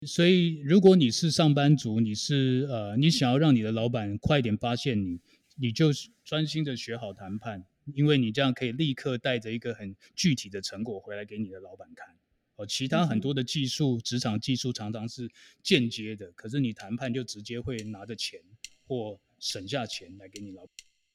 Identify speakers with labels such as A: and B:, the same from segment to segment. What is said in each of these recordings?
A: 所以如果你是上班族，你想要让你的老板快点发现你，你就专心的学好谈判，因为你这样可以立刻带着一个很具体的成果回来给你的老板看。其他很多的技术，职场技术常常是间接的，可是你谈判就直接会拿着钱或省下钱来给你老板。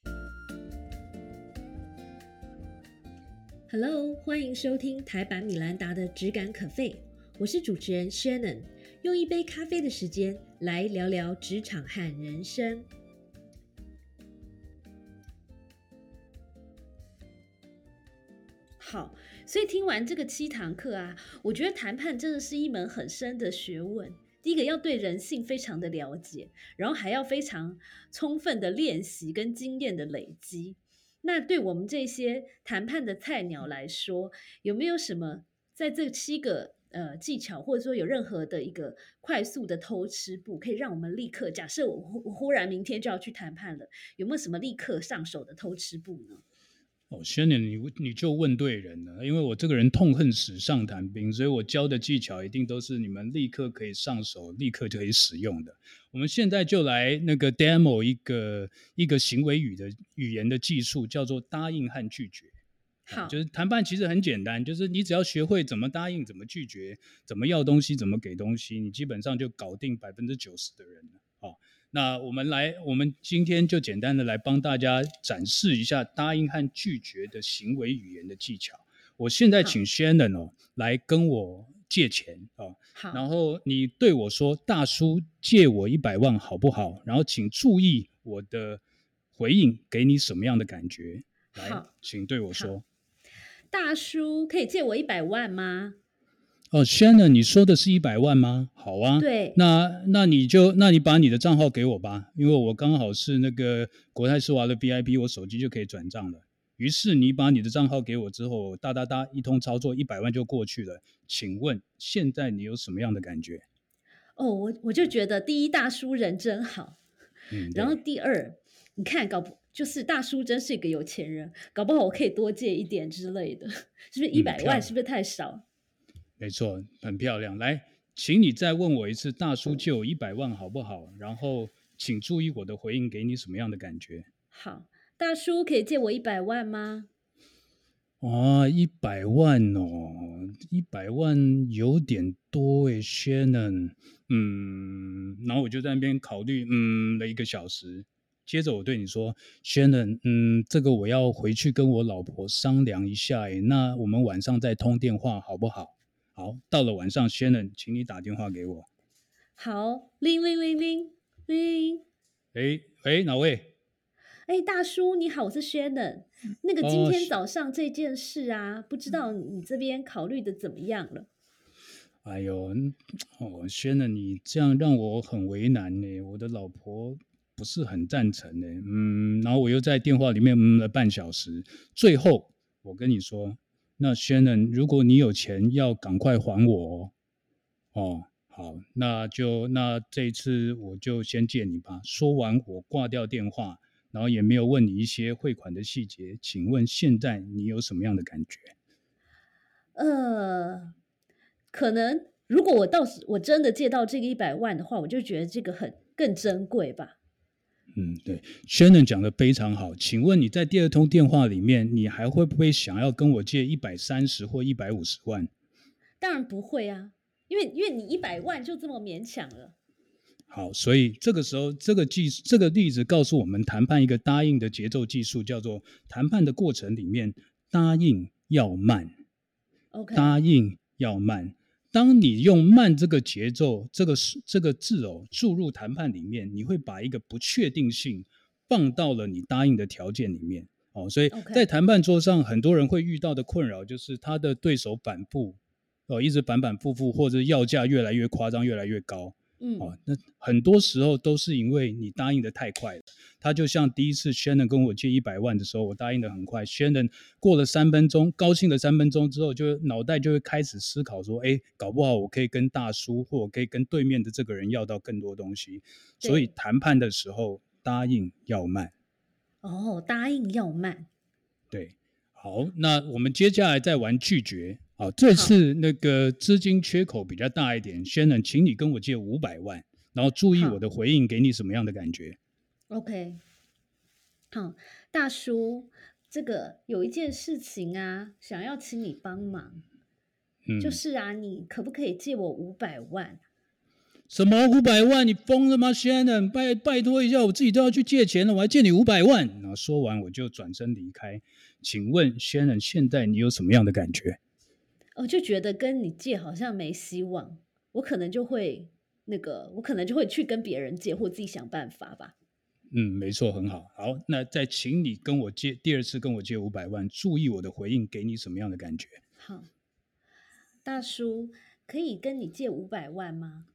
B: Hello，欢迎收听台版米兰达的质感可废，我是主持人 Shannon， 用一杯咖啡的时间来聊聊职场和人生。好，所以听完这个7堂课啊，我觉得谈判真的是一门很深的学问。第一个要对人性非常的了解，然后还要非常充分的练习跟经验的累积。那对我们这些谈判的菜鸟来说，有没有什么在这7个技巧，或者说有任何的一个快速的偷吃步，可以让我们立刻，假设我忽然明天就要去谈判了，有没有什么立刻上手的偷吃步呢？
A: Shannon，你就问对人了，因为我这个人痛恨纸上谈兵，所以我教的技巧一定都是你们立刻可以上手、立刻就可以使用的。我们现在就来那个 demo 一个行为语言的技术，叫做答应和拒绝。就是
B: 好，
A: 谈判其实很简单，就是你只要学会怎么答应、怎么拒绝、怎么要东西、怎么给东西，你基本上就搞定90%的人了。那我们今天就简单的来帮大家展示一下答应和拒绝的行为语言的技巧。我现在请
B: 好，
A: Shannon 来跟我借钱然
B: 好，
A: 后你对我说：“大叔，借我100万好不好？”然后请注意我的回应给你什么样的感觉？来，
B: 好，
A: 请对我
B: 好。
A: 说。
B: 大叔，可以借我100万吗？
A: Shannon，你说的是100万吗？好啊，
B: 对，
A: 那你把你的账号给我吧，因为我刚好是那个国泰世华的 VIP，我手机就可以转账了。于是你把你的账号给我之后，哒哒哒一通操作，100万就过去了。请问现在你有什么样的感觉？
B: 哦，我就觉得第一，大叔人真好，
A: 嗯，
B: 然后
A: 对，
B: 第二，你看就是大叔真是一个有钱人，搞不好我可以多借一点之类的，是不是一
A: 嗯，
B: 百
A: 漂亮，
B: 万是不是太少？
A: 没错，很漂亮。来，请你再问我一次，大叔借我100万好不好？然后请注意我的回应给你什么样的感觉？
B: 好，大叔可以借我100万吗？
A: 一百万哦，一百万有点多诶，Shannon。然后我就在那边考虑，了1个小时。接着我对你说，Shannon，这个我要回去跟我老婆商量一下，诶，那我们晚上再通电话好不好？好，到了晚上，Shannon，请你打电话给我。
B: 好，铃铃铃铃铃，
A: 诶，哪位？
B: 哎，大叔你好，我是 Shannon。那个今
A: 哦，
B: 天早上这件事啊，不知道你这边考虑的怎么样了？
A: 哎呦，Shannon，你这样让我很为难呢。我的老婆不是很赞成呢。然后我又在电话里面了半小时，最后我跟你说，那 Shannon，如果你有钱，要赶快还我哦。好，那这一次我就先借你吧。说完，我挂掉电话，然后也没有问你一些汇款的细节。请问现在你有什么样的感觉？
B: 呃，可能如果我真的借到这个100万的话，我就觉得这个更珍贵吧。
A: 对，Shannon 讲的非常好。请问你在第二通电话里面，你还会不会想要跟我借130或150万？
B: 当然不会啊，因为你100万就这么勉强了。
A: 好，所以这个时候，这个例子告诉我们，谈判一个答应的节奏技术，叫做谈判的过程里面，答应要慢，答
B: OK，
A: 应要慢。当你用慢这个节奏，这个字注入谈判里面，你会把一个不确定性放到了你答应的条件里面。所以在
B: OK，
A: 谈判桌上，很多人会遇到的困扰就是他的对手反复，一直反反复复，或者要价越来越夸张，越来越高。
B: 嗯，
A: 那很多时候都是因为你答应的太快了。他就像第一次 Shannon 跟我借100万的时候，我答应的很快，Shannon 过了3分钟，高兴了3分钟之后，就脑袋就会开始思考说，搞不好我可以跟大叔，或我可以跟对面的这个人要到更多东西。所以
B: 对，
A: 谈判的时候，答应要慢。
B: 哦，答应要慢。
A: 对，好，那我们接下来再玩拒绝。 好，这
B: 好，
A: 次那个资金缺口比较大一点，Shannon，请你跟我借500万，然后注意我
B: 好
A: 的回应给你什么样的感觉？
B: ，OK，好，大叔，这个有一件事情啊，想要请你帮忙，就
A: 嗯，
B: 是啊，你可不可以借我500万？
A: 什么500万？你疯了吗，Shannon？拜托一下，我自己都要去借钱了，我还借你500万。然后说完我就转身离开。请问 Shannon，现在你有什么样的感觉？
B: 我就觉得跟你借好像没希望，我可能就会我可能就会去跟别人借，或自己想办法吧。
A: 嗯，没错，很好。好，那再请你跟我借第二次跟我借500万，注意我的回应给你什么样的感觉？
B: 好，大叔，可以跟你借500万吗？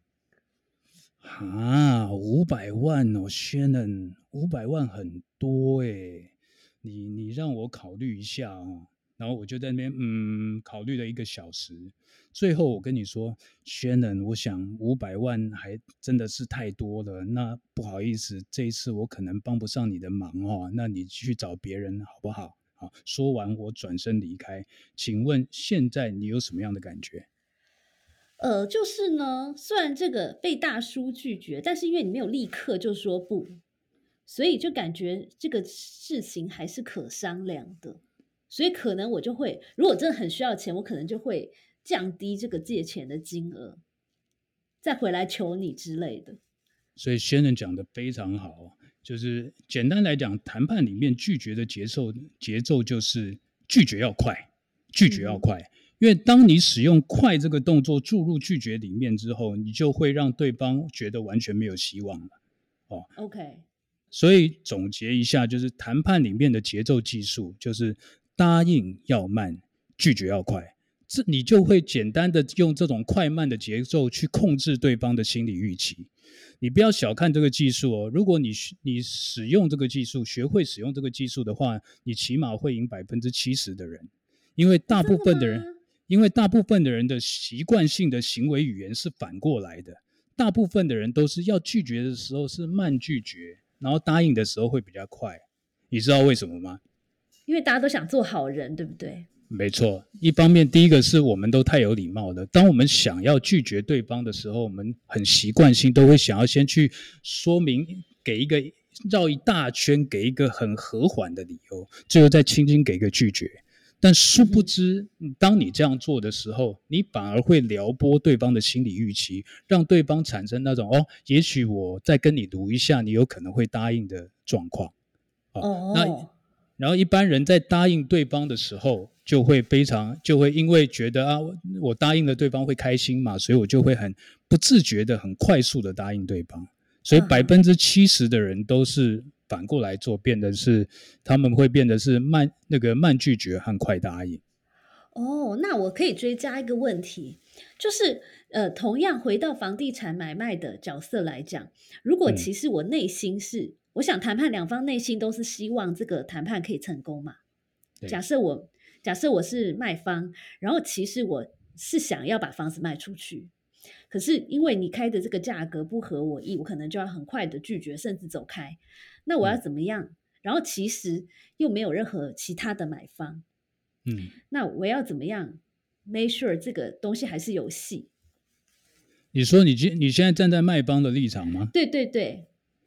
A: 啊，500万哦，Shannon，500万很多诶，你让我考虑一下哦。然后我就在那边考虑了1个小时，最后我跟你说，Shannon，我想500万还真的是太多了，那不好意思，这一次我可能帮不上你的忙哦，那你去找别人好不好？好，说完我转身离开。请问现在你有什么样的感觉？
B: 就是呢，虽然这个被大叔拒绝，但是因为你没有立刻就说不，所以就感觉这个事情还是可商量的。所以可能我就会，如果真的很需要钱，我可能就会降低这个借钱的金额，再回来求你之类的。
A: 所以先生讲的非常好，就是简单来讲，谈判里面拒绝的节奏就是拒绝要快，拒
B: 嗯哼
A: 绝要快。因为当你使用“快”这个动作注入拒绝里面之后，你就会让对方觉得完全没有希望了。哦，
B: ，OK，
A: 所以总结一下，就是谈判里面的节奏技术，就是答应要慢，拒绝要快。这你就会简单的用这种快慢的节奏去控制对方的心理预期。你不要小看这个技术哦，如果你使用这个技术，学会使用这个技术的话，你起码会赢70%的人，因为
B: 哦，
A: 大
B: 真的
A: 部分的人，
B: 吗？
A: 因为大部分的人的习惯性的行为语言是反过来的，大部分的人都是要拒绝的时候是慢拒绝，然后答应的时候会比较快。你知道为什么吗？
B: 因为大家都想做好人，对不对？
A: 没错，一方面，第一个是我们都太有礼貌了。当我们想要拒绝对方的时候，我们很习惯性都会想要先去说明，给一个绕一大圈，给一个很和缓的理由，最后再轻轻给一个拒绝。但殊
B: 嗯哼，
A: 不知，当你这样做的时候，你反而会撩拨对方的心理预期，让对方产生那种哦，也许我再跟你读一下，你有可能会答应的状况。哦，那
B: 哦，
A: 然后一般人在答应对方的时候，就会因为觉得啊，我答应了对方会开心嘛，所以我就会很不自觉的、很快速的答应对方。所以百
B: 嗯哼。
A: 分之七十的人都是反过来做，变得是他们会变得是慢拒绝和快答应。
B: 哦，那我可以追加一个问题，就是同样回到房地产买卖的角色来讲，如果
A: 嗯，
B: 其实我内心是，我想谈判两方内心都是希望这个谈判可以成功嘛。假
A: 对，
B: 设我假设我是卖方，然后其实我是想要把房子卖出去，可是因为你开的这个价格不合我意，我可能就要很快的拒绝，甚至走开。那我要
A: 嗯
B: 怎么样？然后其实又没有任何其他的买方。
A: 嗯，
B: 那我要怎么样 make sure 这个东西还是有戏？
A: 你说你现在站在卖方的立场吗
B: 对对对，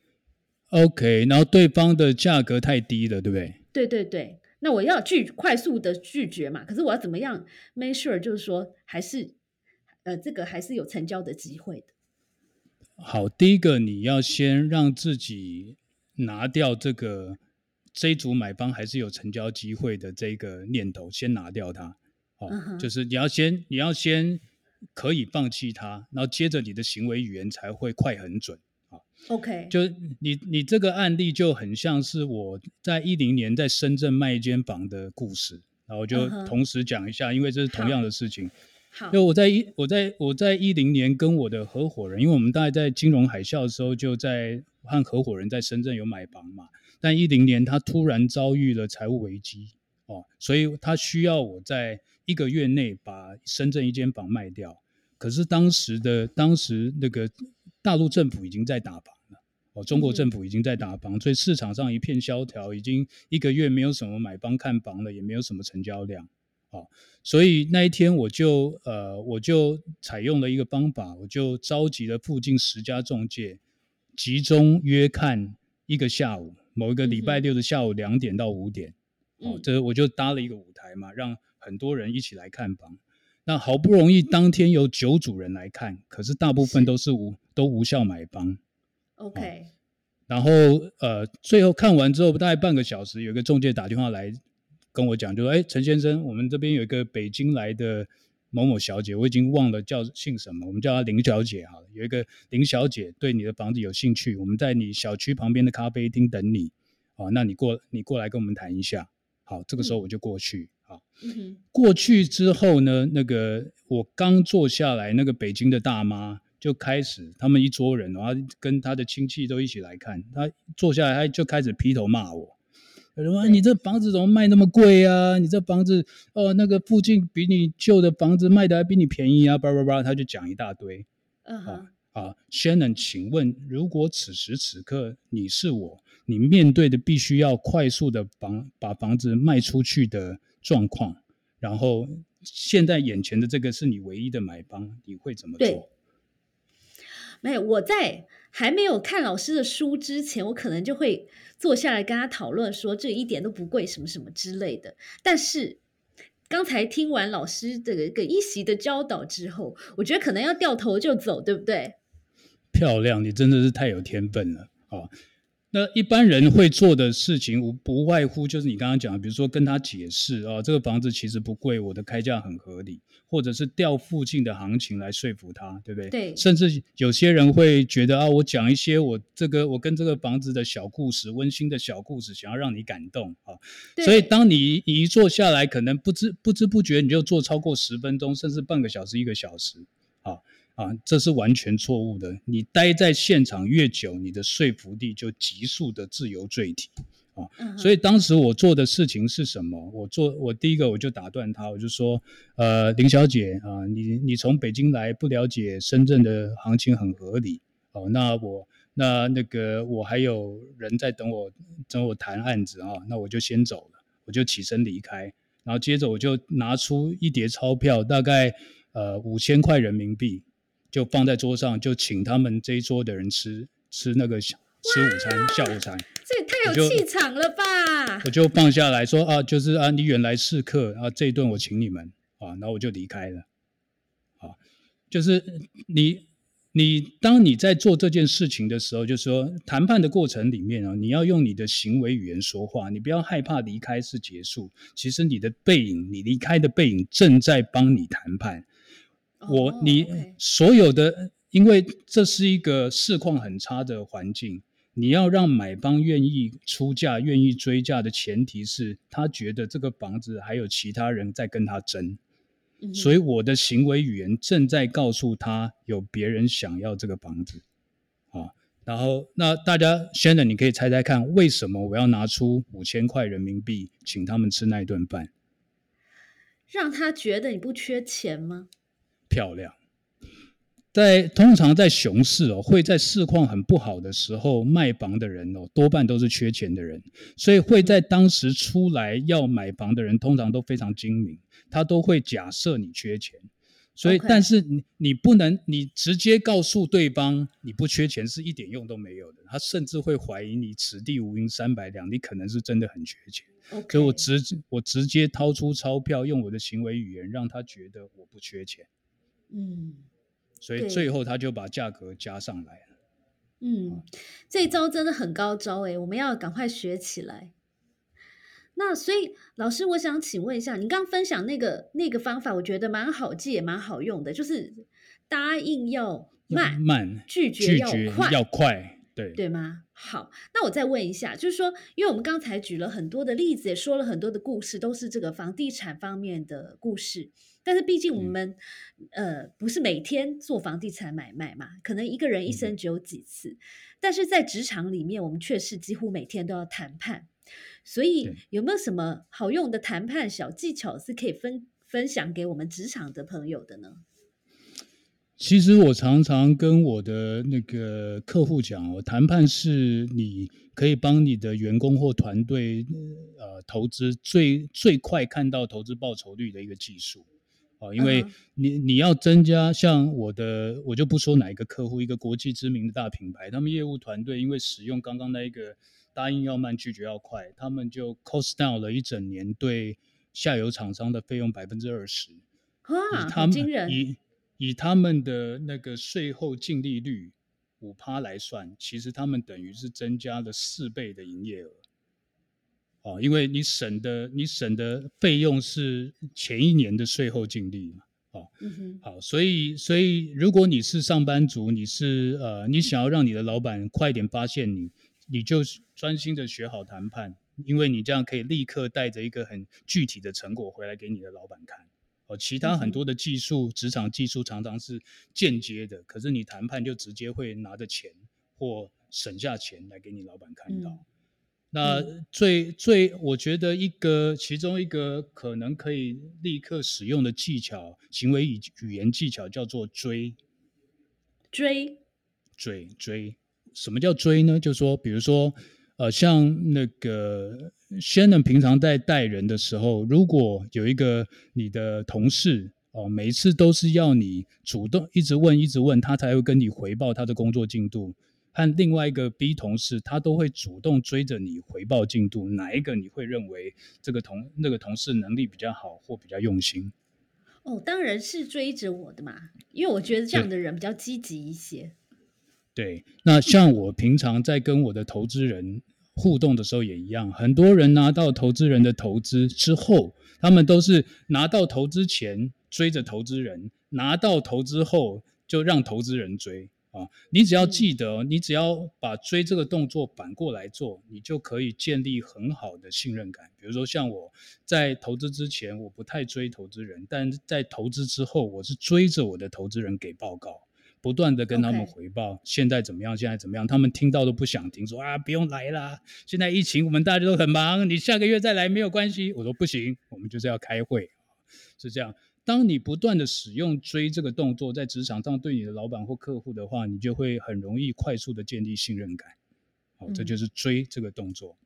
A: ？OK，然后对方的价格太低了，对不对？
B: 对对对。那我要快速的拒绝嘛，可是我要怎么样 make sure 就是说还是这个还是有成交的机会的。
A: 好，第一个你要先让自己拿掉这一组买方还是有成交机会的这个念头，先拿掉它。哦，
B: 嗯哼
A: 就是你要先可以放弃它，然后接着你的行为语言才会快很准。啊，
B: ，OK，
A: 就你这个案例就很像是我在10年在深圳卖一间房的故事，然后我就
B: 嗯哼，
A: 同时讲一下，因为这是同样
B: 好，
A: 的事情。因为
B: 好，
A: 我在10年跟我的合伙人，因为我们大概在金融海啸的时候就在和合伙人在深圳有买房嘛，但10年他突然遭遇了财务危机哦，所以他需要我在1个月内把深圳一间房卖掉。可是当时那个大陆政府已经在打房了。哦，中国政
B: 嗯哼，
A: 府已经在打房，所以市场上一片萧条，已经1个月没有什么买方看房了，也没有什么成交量。 所以那一天我就采用了一个方法，我就召集了附近10家仲介，集中约看一个下午，某一个礼拜六的下午2点到5点。这我就搭了一个舞台嘛，让很多人一起来看房。那好不容易当天有9组人来看，可是大部分都无效买房。
B: OK，
A: 然后最后看完之后大概半个小时，有一个仲介打电话来跟我讲，就说陈先生，我们这边有一个北京来的某某小姐，我已经忘了叫姓什么，我们叫她林小姐好了。有一个林小姐对你的房子有兴趣，我们在你小区旁边的咖啡厅等你。那你过来跟我们谈一下。好，这个时候我就过去。过去之后呢，那个我刚坐下来，那个北京的大妈就开始，他们一桌人，然后跟他的亲戚都一起来看。他坐下来，他就开始劈头骂我，说你这房子怎么卖那么贵啊？你这房子那个附近比你旧的房子卖的还比你便宜啊！叭叭叭，他就讲一大堆。Shannon， 请问，如果此时此刻你是我，你面对的必须要快速的把房子卖出去的状况，然后现在眼前的这个是你唯一的买方，你会怎么做？
B: 没有，我在还没有看老师的书之前，我可能就会坐下来跟他讨论说这一点都不贵什么什么之类的。但是刚才听完老师这个一席的教导之后，我觉得可能要掉头就走，对不对？
A: 漂亮，你真的是太有天分了。那一般人会做的事情不外乎就是你刚刚讲的，比如说跟他解释这个房子其实不贵，我的开价很合理，或者是调附近的行情来说服他，对不对？
B: 对。
A: 甚至有些人会觉得我讲一些我跟这个房子的小故事，温馨的小故事，想要让你感动所以当你一坐下来，可能不知不觉你就坐超过10分钟，甚至半个小时、1个小时这是完全错误的。你待在现场越久，你的说服力就急速的自由坠体所以当时我做的事情是什么？我第一个我就打断他，我就说林小姐你从北京来，不了解深圳的行情很合理那个我还有人在等我谈案子那我就先走了，我就起身离开，然后接着我就拿出一叠钞票，大概5000块人民币。就放在桌上，就请他们这一桌的人吃那个吃午餐，下午茶。
B: 这也太有气场了吧！
A: 我就放下来说就是你远来是客这一顿我请你们然后我就离开了就是当你在做这件事情的时候，就是说谈判的过程里面你要用你的行为语言说话，你不要害怕离开是结束，其实你的背影，你离开的背影正在帮你谈判。所有的，因为这是一个市况很差的环境，你要让买方愿意出价、愿意追价的前提是他觉得这个房子还有其他人在跟他争。所以我的行为语言正在告诉他有别人想要这个房子然后那大家 Shannon 你可以猜猜看，为什么我要拿出5000块人民币请他们吃那一顿饭？
B: 让他觉得你不缺钱吗？
A: 漂亮。通常在熊市会在市况很不好的时候卖房的人多半都是缺钱的人，所以会在当时出来要买房的人通常都非常精明，他都会假设你缺钱，所以但是你不能，你直接告诉对方你不缺钱是一点用都没有的，他甚至会怀疑你此地无银300两，你可能是真的很缺钱。所以我直接掏出钞票，用我的行为语言让他觉得我不缺钱。所以最后他就把价格加上来了。
B: 这一招真的很高招我们要赶快学起来。那所以老师，我想请问一下，你刚刚分享那个方法，我觉得蛮好记也蛮好用的，就是答应要慢，拒绝要
A: 快，
B: 对吗？好，那我再问一下，就是说，因为我们刚才举了很多的例子，也说了很多的故事，都是这个房地产方面的故事。但是毕竟我们不是每天做房地产买卖嘛，可能一个人一生只有几次。但是在职场里面，我们却是几乎每天都要谈判。所以有没有什么好用的谈判小技巧是可以分享给我们职场的朋友的呢？
A: 其实我常常跟我的那个客户讲，我谈判是你可以帮你的员工或团队投资最快看到投资报酬率的一个技术。因为
B: 嗯哼，
A: 你要增加，像我就不说哪一个客户，一个国际知名的大品牌，他们业务团队因为使用刚刚那一个答应要慢，拒绝要快，他们就 cost down 了一整年对下游厂商的费用20%。以
B: 哇，好
A: 他们
B: 惊人
A: 以他们的那个税后净利率5%来算，其实他们等于是增加了4倍的营业额。因为你省的费用是前一年的税后净利嘛。哦，
B: 嗯哼，
A: 好，所以如果你是上班族，你想要让你的老板快点发现你，你就专心的学好谈判，因为你这样可以立刻带着一个很具体的成果回来给你的老板看。其他很
B: 嗯哼，
A: 多的技术，职场技术常常是间接的，可是你谈判就直接会拿着钱或省下钱来给你老板看
B: 嗯
A: 到。那
B: 嗯，
A: 我觉得其中一个可能可以立刻使用的技巧，行为语言技巧叫做追。
B: 追
A: 追。什么叫追呢？就是说，比如说，像那个 Shannon 平常在带人的时候，如果有一个你的同事每一次都是要你主动一直问一直问，他才会跟你回报他的工作进度。和另外一个 B 同事，他都会主动追着你回报进度，哪一个你会认为那个同事能力比较好或比较用心？
B: 哦，当然是追着我的嘛，因为我觉得这样
A: 对，
B: 的人比较积极一些。
A: 对，那像我平常在跟我的投资人互动的时候也一样，很多人拿到投资人的投资之后，他们都是拿到投资前追着投资人，拿到投资后就让投资人追。你只要
B: 嗯
A: 记得，你只要把追这个动作反过来做，你就可以建立很好的信任感。比如说，像我在投资之前，我不太追投资人，但在投资之后，我是追着我的投资人给报告。不断的跟他们
B: ，OK，
A: 回报现在怎么样，现在怎么样，他们听到都不想听，说不用来啦，现在疫情我们大家都很忙，你下个月再来没有关系。我说不行，我们就是要开会，是这样。当你不断的使用追这个动作在职场上对你的老板或客户的话，你就会很容易快速的建立信任感。这就
B: 嗯
A: 是追这个动作。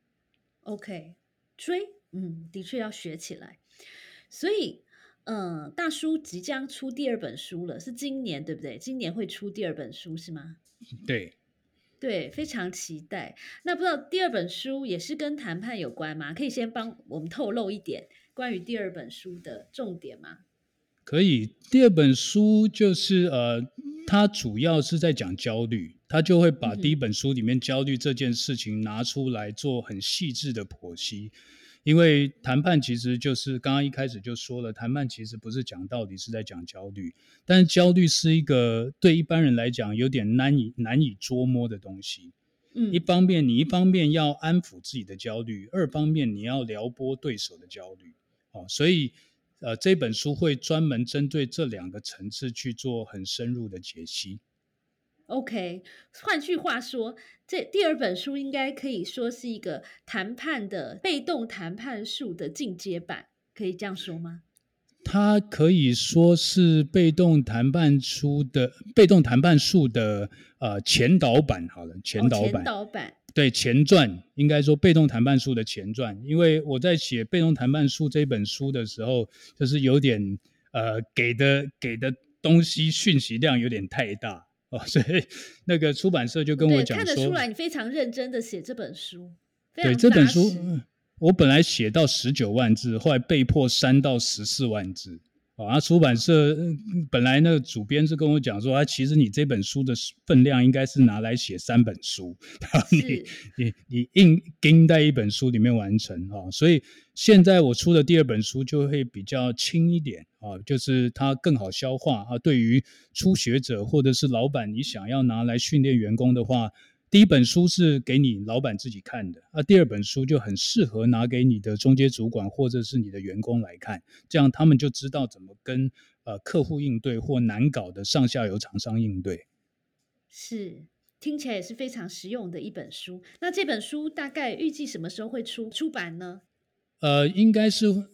B: ，OK，追，的确要学起来。所以，大叔即将出第二本书了，是今年对不对？今年会出第二本书是吗？
A: 对，
B: 对，非常期待。那不知道第二本书也是跟谈判有关吗？可以先帮我们透露一点关于第二本书的重点吗？
A: 可以。第二本书就是它主要是在讲焦虑，它就会把第一
B: 嗯哼，
A: 本书里面焦虑这件事情拿出来做很细致的剖析。因为谈判其实就是刚刚一开始就说了，谈判其实不是讲道理，是在讲焦虑。但是焦虑是一个对一般人来讲有点难以捉摸的东西。
B: 嗯
A: 一方面要安抚自己的焦虑，二方面你要撩拨对手的焦虑。所以这本书会专门针对这两个层次去做很深入的解析。
B: ，OK。换句话说，这第二本书应该可以说是一个谈判的被动谈判术的进阶版，可以这样说吗？
A: 它可以说是被动谈判术的前导版好了，前
B: 哦，前
A: 导版。
B: 导版，
A: 对，前传应该说被动谈判术的前传。因为我在写被动谈判术这本书的时候，就是有点给的东西讯息量有点太大所以那个出版社就跟我
B: 对，
A: 讲说，
B: 看得出来你非常认真的写这本书，非
A: 对，
B: 常
A: 这本书，
B: 扎实。
A: 我本来写到19万字，后来被迫删到14万字。出版社本来那个主编是跟我讲说，其实你这本书的分量应该是拿来写3本书，然后
B: 是
A: 你硬盯在一本书里面完成所以现在我出的第二本书就会比较轻一点就是它更好消化对于初学者或者是老板，你想要拿来训练员工的话，第一本书是给你老板自己看的，第二本书就很适合拿给你的中阶主管或者是你的员工来看，这样他们就知道怎么跟客户应对或难搞的上下游厂商应对。
B: 是，听起来也是非常实用的一本书。那这本书大概预计什么时候会出版呢？
A: 应该是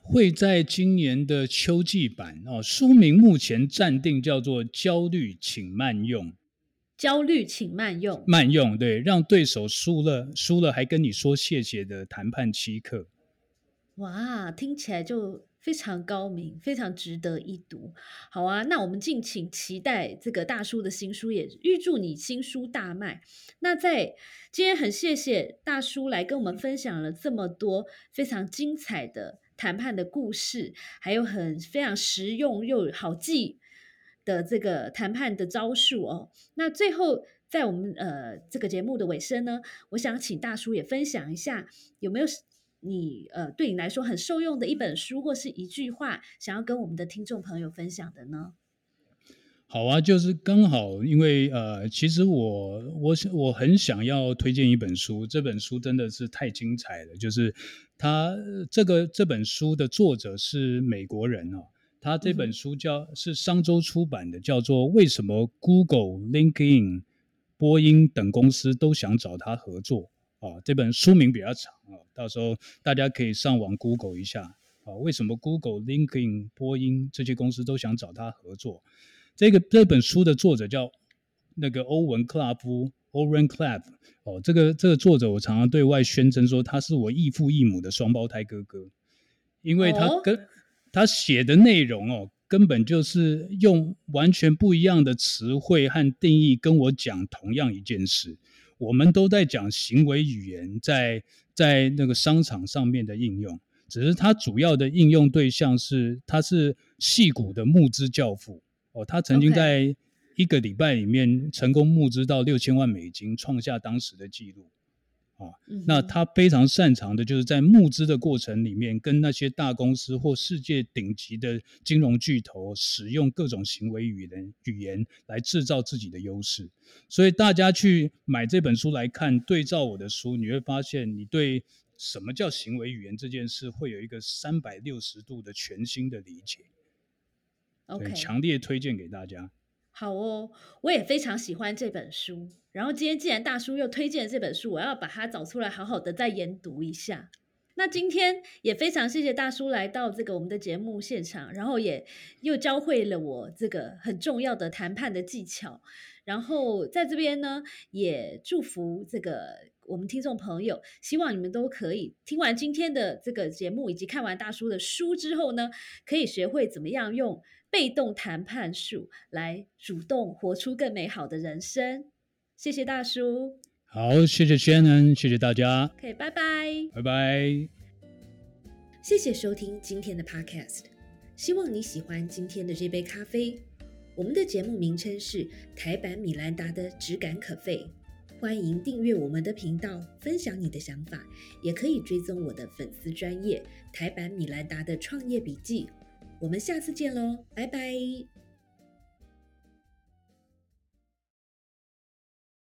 A: 会在今年的秋季版哦，书名目前暂定叫做焦虑请慢用。
B: 焦虑请慢用。
A: 慢用，对，让对手输了还跟你说谢谢的谈判7课。
B: 哇，听起来就非常高明，非常值得一读。好啊，那我们敬请期待这个大叔的新书，也预祝你新书大卖。那在今天很谢谢大叔来跟我们分享了这么多非常精彩的谈判的故事，还有非常实用又好记的这个谈判的招数哦。那最后在我们这个节目的尾声呢，我想请大叔也分享一下，有没有你对你来说很受用的一本书或是一句话，想要跟我们的听众朋友分享的呢？
A: 好啊，就是刚好，因为其实我很想要推荐一本书，这本书真的是太精彩了。就是它这本书的作者是美国人哦，他这本书是商周出版的，叫做《为什么 Google、LinkedIn、波音等公司都想找他合作》啊。这本书名比较长啊，到时候大家可以上网 Google 一下啊，为什么 Google、LinkedIn、波音这些公司都想找他合作？这本书的作者叫那个欧文·克拉夫 （Oren Klaff） 哦，这个作者我常常对外宣称说他是我异父异母的双胞胎哥哥，因为
B: 哦，
A: 他写的内容哦，根本就是用完全不一样的词汇和定义跟我讲同样一件事。我们都在讲行为语言在那个商场上面的应用，只是他主要的应用对象他是矽谷的募资教父。哦，他曾经
B: OK，
A: 在1个礼拜里面成功募资到6000万美金，创下当时的纪录。那他非常擅长的就是在募资的过程里面，跟那些大公司或世界顶级的金融巨头使用各种行为语言来制造自己的优势。所以大家去买这本书来看，对照我的书，你会发现你对什么叫行为语言这件事会有一个360度的全新的理解。对，
B: OK，
A: 强烈推荐给大家。
B: 好哦，我也非常喜欢这本书。然后今天既然大叔又推荐了这本书，我要把它找出来，好好的再研读一下。那今天也非常谢谢大叔来到这个我们的节目现场，然后也又教会了我这个很重要的谈判的技巧。然后在这边呢，也祝福这个我们听众朋友，希望你们都可以听完今天的这个节目，以及看完大叔的书之后呢，可以学会怎么样用被动谈判术来主动活出更美好的人生。谢谢大叔
A: 好，谢谢 Shannon，谢谢大家，
B: ，OK，拜拜。
A: 拜拜。
B: 谢谢收听今天的 Podcast，希望你喜欢今天的这杯咖啡。我们的节目名称是台版米兰达的质感可废，欢迎订阅我们的频道，分享你的想法，也可以追踪我的粉丝专页台版米兰达的创业笔记。我们下次见喽，拜拜。